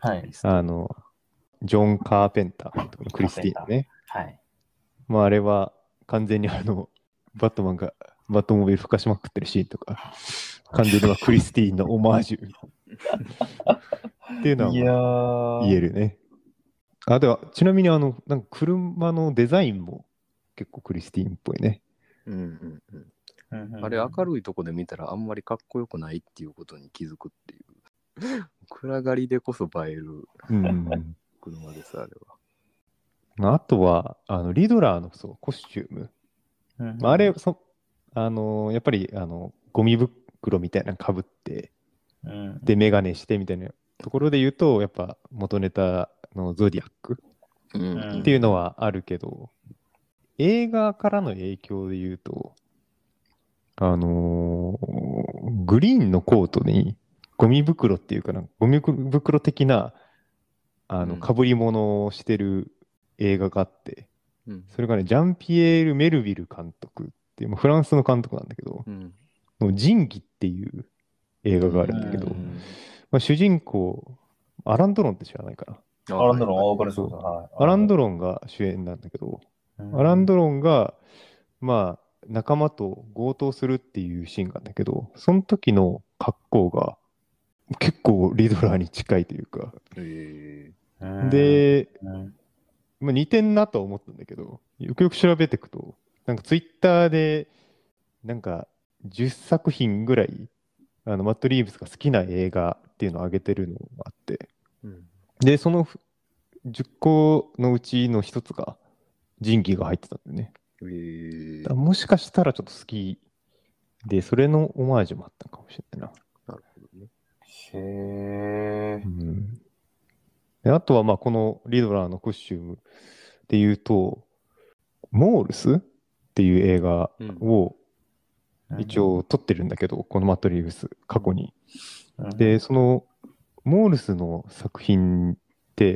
はいクリスティーンあの、ジョン・カーペンター監督のクリスティーンね。 はい。 まあ、あれは完全にあの、バットマンがバットモービル吹かしまくってるシーンとか、完全にまあクリスティーンのオマージュっていうのは、 いやまあ、 ー。 言えるね。あ、では、ちなみにあの、なんか車のデザインも結構クリスティーンっぽいね。 うんうんうん。 うんうんあれ明るいとこで見たらあんまりかっこよくないっていうことに気づくっていう。暗がりでこそ映えるうん。 車です、あれは。 まあ、あとは、あの、リドラーのそうコスチューム。 うんうんまあ、あれ、そあの、やっぱり、あの、ゴミ袋みたいなのかぶって、 うんで、メガネしてみたいなところで言うと、やっぱ元ネタのゾディアックうんっていうのはあるけど、映画からの影響で言うと、あのーグリーンのコートにゴミ袋っていうかな、ゴミ袋的なあのうん被り物をしてる映画があって、 うんそれがね、ジャンピエール・メルビル監督っていう、まあフランスの監督なんだけど、 うんの仁義っていう映画があるんだけど、 うんまあ、主人公、アラン・ドロンって知らないかな。 アランドロン、あ、わかる。 るそうだ。はい。 アラン・ドロンが主演なんだけど、 うんアラン・ドロンが、まあ、仲間と強盗するっていうシーンがあるんだけど、その時の格好が結構リドラーに近いというか、 えうんで、 うんまあ、似てんなとは思ったんだけど、よくよく調べていくと、なんかツイッターで、なんかじゅっさく品ぐらい、あのマット・リーブスが好きな映画っていうのを上げてるのがあって、 ーうんで、そのじゅっこのうちの一つが、仁義が入ってたんだよね。 えーだからもしかしたらちょっと好きで、それのオマージュもあったのかもしれないな。 なるほどね。 へえう。ん、であとは、まあ、このリドラーのコスチュームで言うと、モールスっていう映画を一応撮ってるんだけど、このマットリーブス、過去に。で、そのモールスの作品って、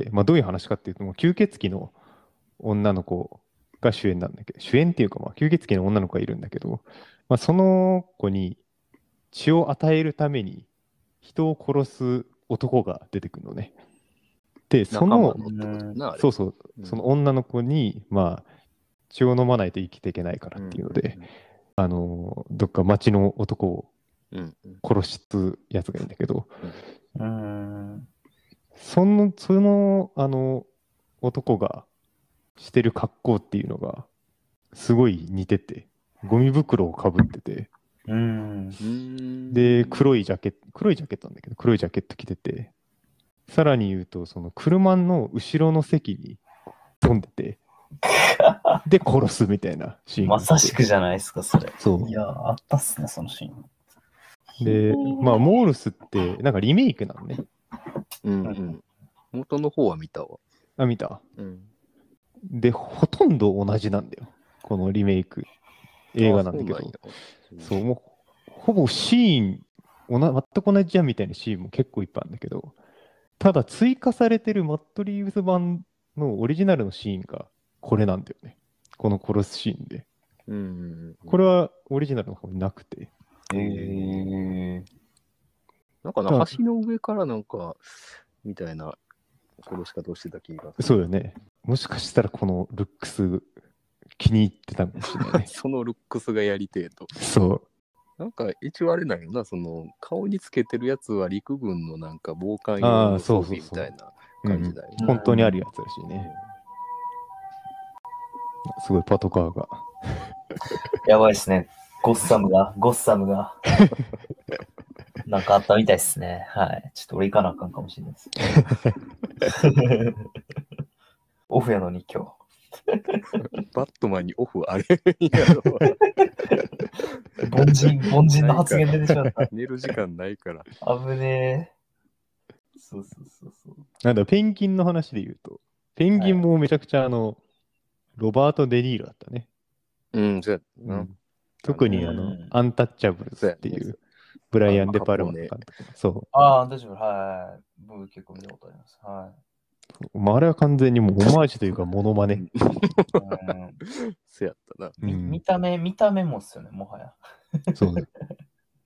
まあ、どういう話かっていうと、もう吸血鬼の女の子が主演なんだけど、主演っていうか、まあ、吸血鬼の女の子がいるんだけど、まあ、その子に血を与えるために人を殺す男が出てくるのね。で、その、 仲間のってことだな、あれ。 そうそう、 うんその女の子に、まあ、血を飲まないと生きていけないからっていうので、あの、どっか町の男をうんうん殺すやつがいるんだけど、 うん。 その、その、あの、男がしてる格好っていうのが、すごい似てて、ゴミ袋をかぶってて、 うん。 うんで、黒いジャケット、黒いジャケットなんだけど、黒いジャケット着てて、さらに言うと、その車の後ろの席に飛んでて、で、殺すみたいなシーンがあって。 まさしくじゃないですか、それ。 そうい。や、あったっすね、そのシーン。 で、まあ、モールスって、なんかリメイクなのね。 うんうん。元の方は見たわ。 あ、見た。 うん。 で、ほとんど同じなんだよ。このリメイク映画なんだけど。 あそうそう、もう、ほぼシーン、おな全く同じじゃんみたいなシーンも結構いっぱいあるんだけど、ただ追加されてるマットリーブス版のオリジナルのシーンがこれなんだよね。この殺すシーンで。 うんうんうん。 これはオリジナルの方になくて。 へえ。 なんかな、 だ橋の上からなんか、みたいな殺し方をしてた気がする。 そうよね。もしかしたらこのルックス気に入ってたかもしれないね。 そのルックスがやりてえと。 そう。 なんか一応あれなんよな、その顔につけてるやつは陸軍のなんか防寒用あーの装備みそうそうそうたいな感じだよね。 うん本当にあるやつらしいね。すごいパトカーが。 やばいっすね。ゴッサムが、ゴッサムが。なんかあったみたいっすね。はい。ちょっと俺行かなあかんかもしれないです。オフやのに今日。 バットマンにオフあれやろ。 凡人、凡人の発言出てしまった。 寝る時間ないから。 危ねえ。そうそうそうそう。 なんだ、ペンギンの話で言うと、ペンギンもめちゃくちゃあの、ロバート・デ・ニーロだったね。 うん、そうやな。 うん特にあのうん、 アンタッチャブルズっていそうやねう、ブライアン・デ・パルマの監督。そああ、大丈夫。はい。僕結構見たことあります。はう。まあ、あれは完全にもうオマージュというか、モノマネ。 い。うんそうやったな。 うんみ見た目、見た目もっすよね、もはや。 そう。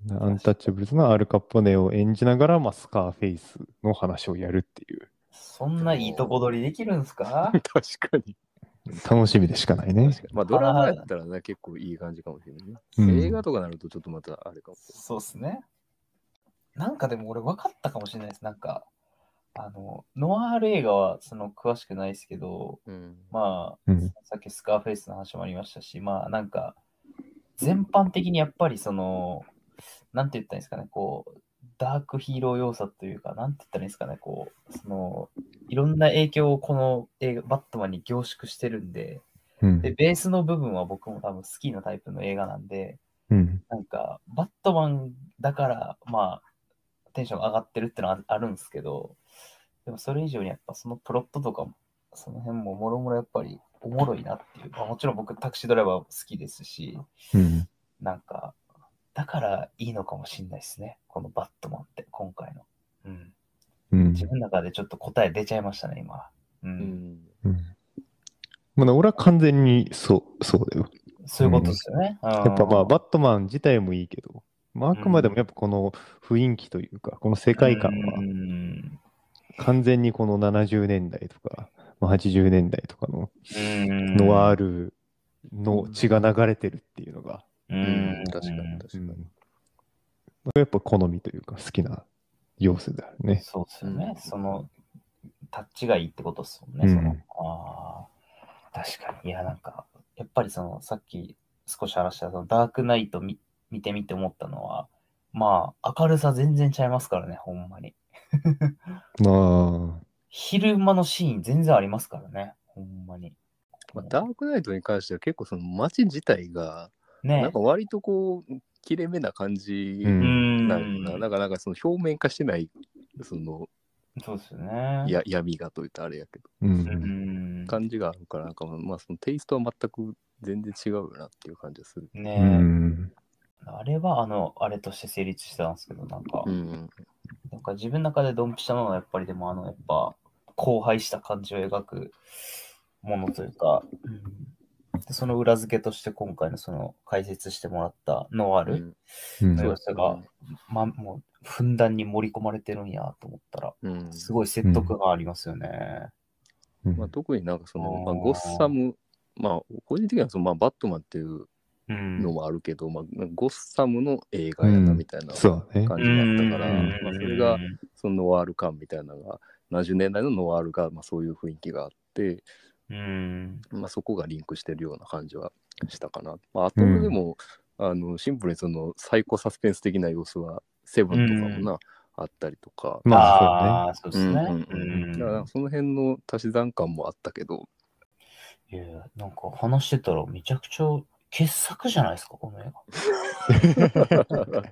アンタッチャブルズのアルカポネを演じながら、まあ、スカーフェイスの話をやるっていう、 そんないいとこ取りできるんですか？ 確かに。 楽しみでしかないね。 確かに。まあドラマやったらね、結構いい感じかもしれないね。 うん映画とかなるとちょっとまたあれかもしれない。 そうっすね。なんかでも俺分かったかもしれないです。なんか、あの、ノワール映画はその詳しくないですけど、 うん。 まあ、 うんさっきスカーフェイスの話もありましたし、まあなんか、全般的にやっぱりその、なんて言ったらいいんですかね、こう、ダークヒーロー要素というか、なんて言ったらいいんですかね、こう、その、いろんな影響をこの映画、バットマンに凝縮してるんで、 うんで、ベースの部分は僕も多分好きなタイプの映画なんで、 うんなんか、バットマンだから、まあ、テンション上がってるってのはあるんですけど、でもそれ以上にやっぱそのプロットとかも、その辺ももろもろやっぱりおもろいなっていう。まあ、もちろん僕タクシードライバー好きですし、 うんなんか、だからいいのかもしれないですね。このバットマンって、今回の。うん。 うん自分の中でちょっと答え出ちゃいましたね、今。う。 うんん。 うんまあ、俺は完全にそうそうだよ。 そういうことですよね。 やっぱまあバッットマン自体もいいけど、まあ、あくまでもやっぱこの雰囲気というか、この世界観はうん。 完全にこのななじゅうねんだいとか、まあ、はちじゅうねんだいとかのうん。 ノワールの血が流れてるっていうのが、 ううんん。 確かに確かに。 うんやっぱ好みというか好きな要素であるね。 そうですよね。 うんその、タッチがいいってことですもんね。 うんそのああ、確かに。いや、なんか、やっぱりその、さっき少し話した、そのダークナイト見見てみて思ったのは、まあ、明るさ全然ちゃいますからね、ほんまに。 まあ、 昼間のシーン全然ありますからね、ほんまに。 まあ、ダークナイトに関しては結構その街自体が、 ねなんか割とこう、切れ目な感じううんなのかな。なんかなんかその表面化してない、そのそうですよね。 や闇がといったらあれやけど、 うんうん。 感じがあるから、なんかまあそのテイストは全く全然違うよなっていう感じがする。 うねんえ、あれはあの、あれとして成立してたんですけど、なんか、 うん。 なんか自分の中でドンピシャなのはやっぱりでもあのやっぱ荒廃した感じを描くものというか、うんでその裏付けとして今回のその解説してもらったノワールうんのそう良さが、ま、もうふんだんに盛り込まれてるんやと思ったら、 うん。 すごい説得がありますよね。 うんまあ、特になんかその、まあ、 あーゴッサム、まあ個人的にはその、まあ、バットマンっていううん。 のもあるけど、まあ、ゴッサムの映画やなみたいなそうだね。 感じがあったから、 うんまあ、それがそのノワール感みたいなのがななじゅうねんだいのノワールがまあそういう雰囲気があって、 うん。 まあ、そこがリンクしてるような感じはしたかな。まあ、あとでも、あのシンプルにそのサイコサスペンス的な要素はセブンとかもな、あったりとか、 まあそうああ、そうですね。 うんうんうんだからその辺の足し算感もあったけど、 いやいや、なんか話してたらめちゃくちゃ傑作じゃないですか、この映画。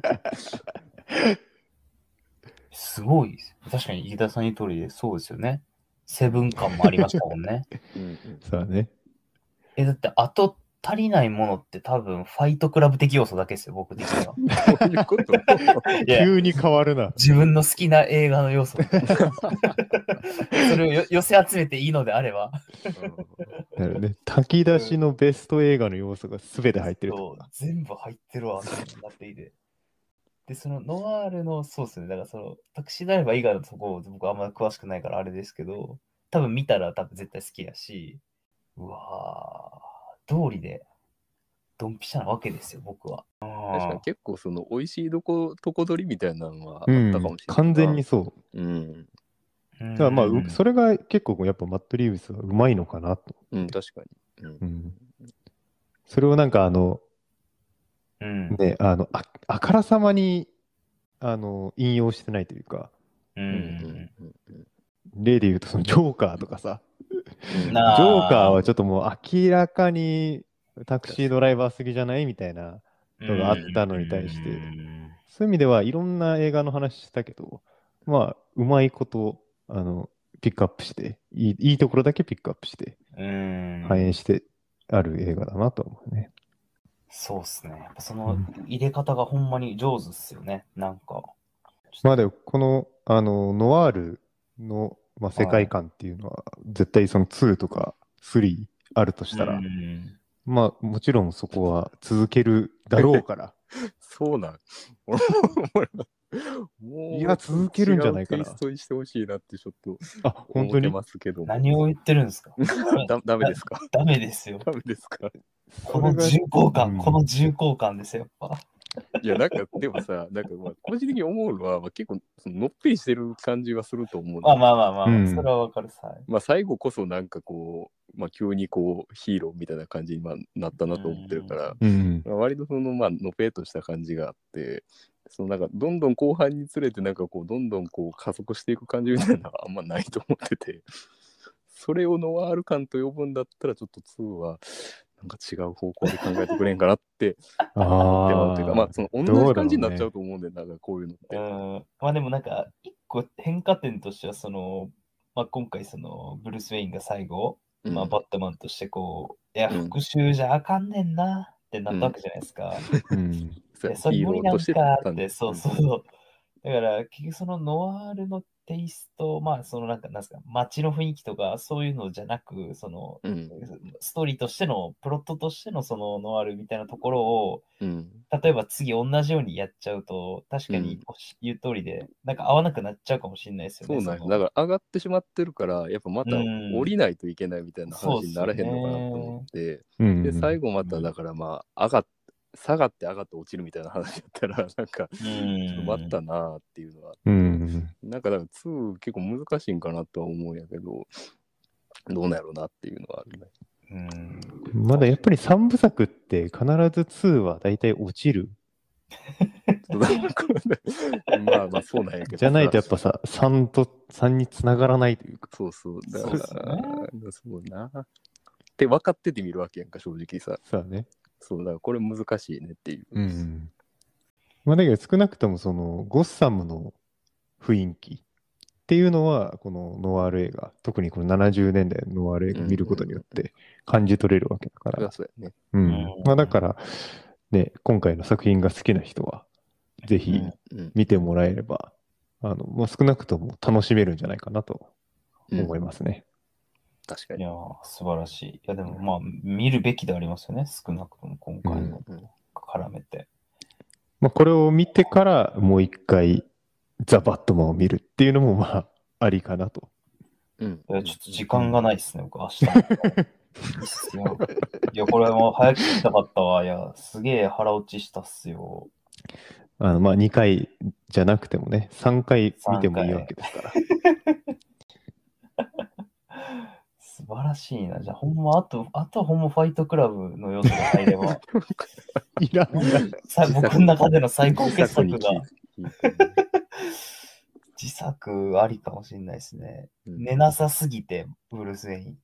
すごいです。確かに、飯田さんに通りで、そうですよね。セブン感もありましたもんね。 うんうんそうだね。 え、だって、あと足りないものって多分、ファイトクラブ的要素だけですよ、僕的には。 どういうこといや、 急に変わるな。 自分の好きな映画の要素。それをよ寄せ集めていいのであれば。 なるね。炊き出しのベスト映画の要素が全て入ってるとそう全部入ってるわ、みたいになっていて。で、そのノワールの、そうですね、だからそのタクシードライバー以外のところ、僕あんま詳しくないからあれですけど、多分見たら多分絶対好きやし、うわー、通りで、ドンピシャなわけですよ、僕は。 確かに結構その美味しいとことこ取りみたいなのはあっうんたかもしれないな。 完全にそう。 うん。 うんだからまあ、うそれが結構やっぱマット・リーブスはうまいのかなと。 うん、確かに。うんうん、それをなんかあの、 うん。 ね、あの、ああからさまにあの引用してないというか、 ううんんうんうん例で言うとそのジョーカーとかさ、 うんなジョーカーはちょっともう明らかにタクシードライバーすぎじゃないみたいなのがあったのに対して、 うんそういう意味ではいろんな映画の話したけど、まあ、うまいことあのピックアップしていい、いいところだけピックアップして、 うん反映してある映画だなと思うね。 そうっすね。やっぱその入れ方がほんまに上手っすよね。なんか。 まあでも、この、あの、ノワールの、まあ、世界観っていうのは、絶対そのにとかスリーあるとしたら、 うんまあ、もちろんそこは続けるだろうから、 そうなん。俺もういや続けるんじゃないかな違うテイストにしてほしいなってちょっとあ、本当に思ってますけども。 何を言ってるんですか？ だダメですか？ ダメですよ。 ダメですか？ この重厚感、 うんこの重厚感ですよ、やっぱ。 いや、なんか、でもさ、なんか、まあ、個人的に思うのは、まあ、結構、そののっぺりしてる感じはすると思うんだまあまあまあまあ、 うんそれはわかるさ。 まあ、最後こそ、なんかこう、まあ、急にこう、ヒーローみたいな感じにまあなったなと思ってるから、 うん。 まあ、割とその、まあ、のぺーとした感じがあって、そのなんか、どんどん後半につれて、なんかこう、どんどんこう、加速していく感じみたいなのはあんまないと思ってて、それをノワール感と呼ぶんだったら、ちょっとツーは、なんか違う方向で考えてくれんかなって思ってまうというか、まあ、その同じ感じになっちゃうと思うんで、なんかこういうのって。 うん。まあでもなんか、一個変化点としては、その、まあ今回その、ブルース・ウェインが最後、 うんまあバットマンとしてこう、いや、 うん復讐じゃあかんねんなってなったわけじゃないですか。 うん。 そうえ、それヒー無理なんローとしてかって、 たんでそうそうそう。だから、結局そのノワールのテイスト、まあ、そのなんか、なんすか、街の雰囲気とか、そういうのじゃなく、その、 うんストーリーとしての、プロットとしてのそのノワールみたいなところを、 うん例えば次同じようにやっちゃうと、確かにおっし言う通りで、なんか合わなくなっちゃうかもしれないですよね。 そうなんよ。 のだから上がってしまってるから、やっぱまたうん降りないといけないみたいな話にならへんのかなと思って、で、最後まただからまあ、上がっ下がって上がって落ちるみたいな話だったら、なんか、 うちょっと待っん。 たなーっていうのは、 うん。 なんかだからツー結構難しいんかなとは思うんやけど、どうなんやろうなっていうのはあるね。 うん。 まだやっぱりさんぶさくって必ずツーは大体落ちる。 まあまあそうなんやけどさ。 じゃないとやっぱさ、さんとさんにつながらないというか。 そうそう。だそうっすから、 ねそうな。って分かってて見るわけやんか、正直さ。 そうだね。 そう、だからこれ難しいねっていう。 うん。まあだけど少なくともそのゴッサムの雰囲気っていうのは、このノワール映画、特にこのななじゅうねんだいのノワール映画を見ることによって感じ取れるわけだかそりゃら。 そうやね。 うんうんまあだから、ね、今回の作品が好きな人は、ぜひうん。 見てもらえれば、あの、まあ、少なくとも楽しめるんじゃないかなとうん思いますね。 確かに。 いやー、素晴らしい。いや、でもまあ、見るべきでありますよね。少なくとも今回のうん絡めて。 まあ、これを見てからもう一回、ザ・バットマンを見るっていうのも、まあ、ありかなと。 うん。 いや、ちょっと時間がないっすね、僕、明日も。いいっすよ。いや、これもう早く聞きたかったわ。いや、すげえ腹落ちしたっすよ。 あの、まあ、にかいじゃなくてもね、さんかい見てもいいわけですから。 素晴らしいな。じゃあ、ほんま、あと、あとはほんまファイトクラブの要素が入れば、 いらんいらん。 さ僕の中での最高傑作が自作に聞いて自作ありかもしれないですね。 うん寝なさすぎて、ブルース・ウェイン。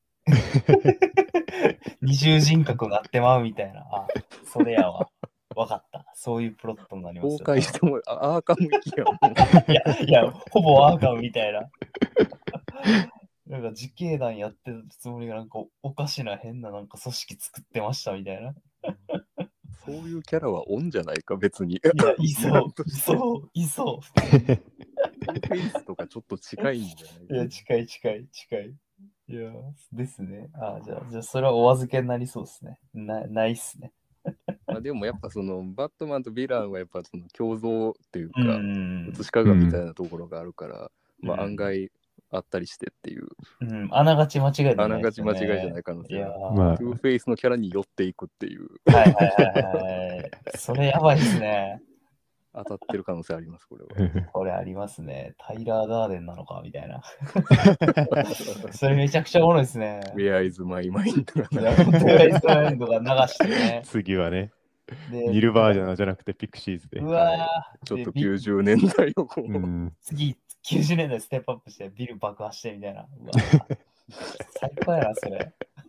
二重人格になってまうみたいな。あ、それやわ。わかった。そういうプロットになりますよ。 崩壊してもあアーカム行きやもいや、いや、ほぼアーカムみたいな。なんか自警団やってるつもりがなんかおかしな変ななんか組織作ってましたみたいな。 う。そういうキャラはオンじゃないか、別に。いいや、いそう、いそう、いそフェイスとかちょっと近いんじゃう。いや、 ない近い近い近い。いや、ですね。あじゃあ、じゃあそれはお預けになりそうですね。なないっすね。 まあでもやっぱそのバットマンとヴィランはやっぱその共造っていうか、 うん。 写し鏡みたいなところがあるから、 うんまあ案外あったりしてっていう、 うん、あながち間違いじゃないですよね。 あながち間違いじゃない可能いや性が、 ー、 まあトゥーフェイスのキャラに寄っていくっていう、 はいはいはいはい。それやばいですね。 当たってる可能性あります、これは。 これありますね。タイラー・ダーデンなのかみたいな。それめちゃくちゃおもろいですね。 Where is my mind? いや、本当にイスラエルとか流してね。 次はね、 でニルバージョンじゃなくてピクシーズで。 うわー、 ちょっとできゅうじゅうねんだいをこう、 うん、 次、きゅうじゅうねんだいステップアップしてビル爆破してみたいな。うわー最高やな、それ。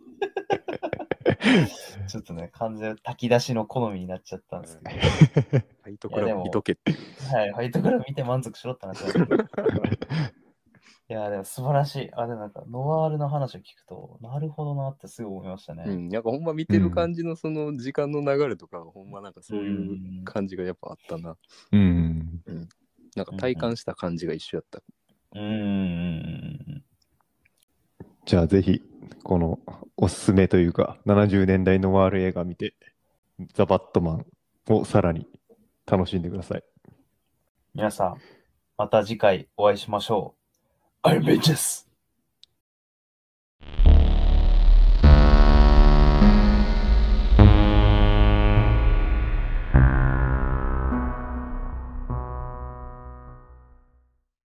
ちょっとね、完全炊き出しの好みになっちゃったんですけど。 ファイトクラブ見とけっていう。 はい、ファイトクラブ見て満足しろって話なんですけど。いや、でも素晴らしい。あ、でもなんか、ノワールの話を聞くと、なるほどなってすごい思いましたね。 うん、なんかほんま見てる感じのその時間の流れとか、ほんまなんかそういう感じがやっぱあったな。 うん。 なんか体感した感じが一緒やった。 うーん。 じゃあぜひ、このおすすめというか、ななじゅうねんだいノワール映画見て、ザ・バットマンをさらに楽しんでください。 皆さん、また次回お会いしましょう。アルベンジャス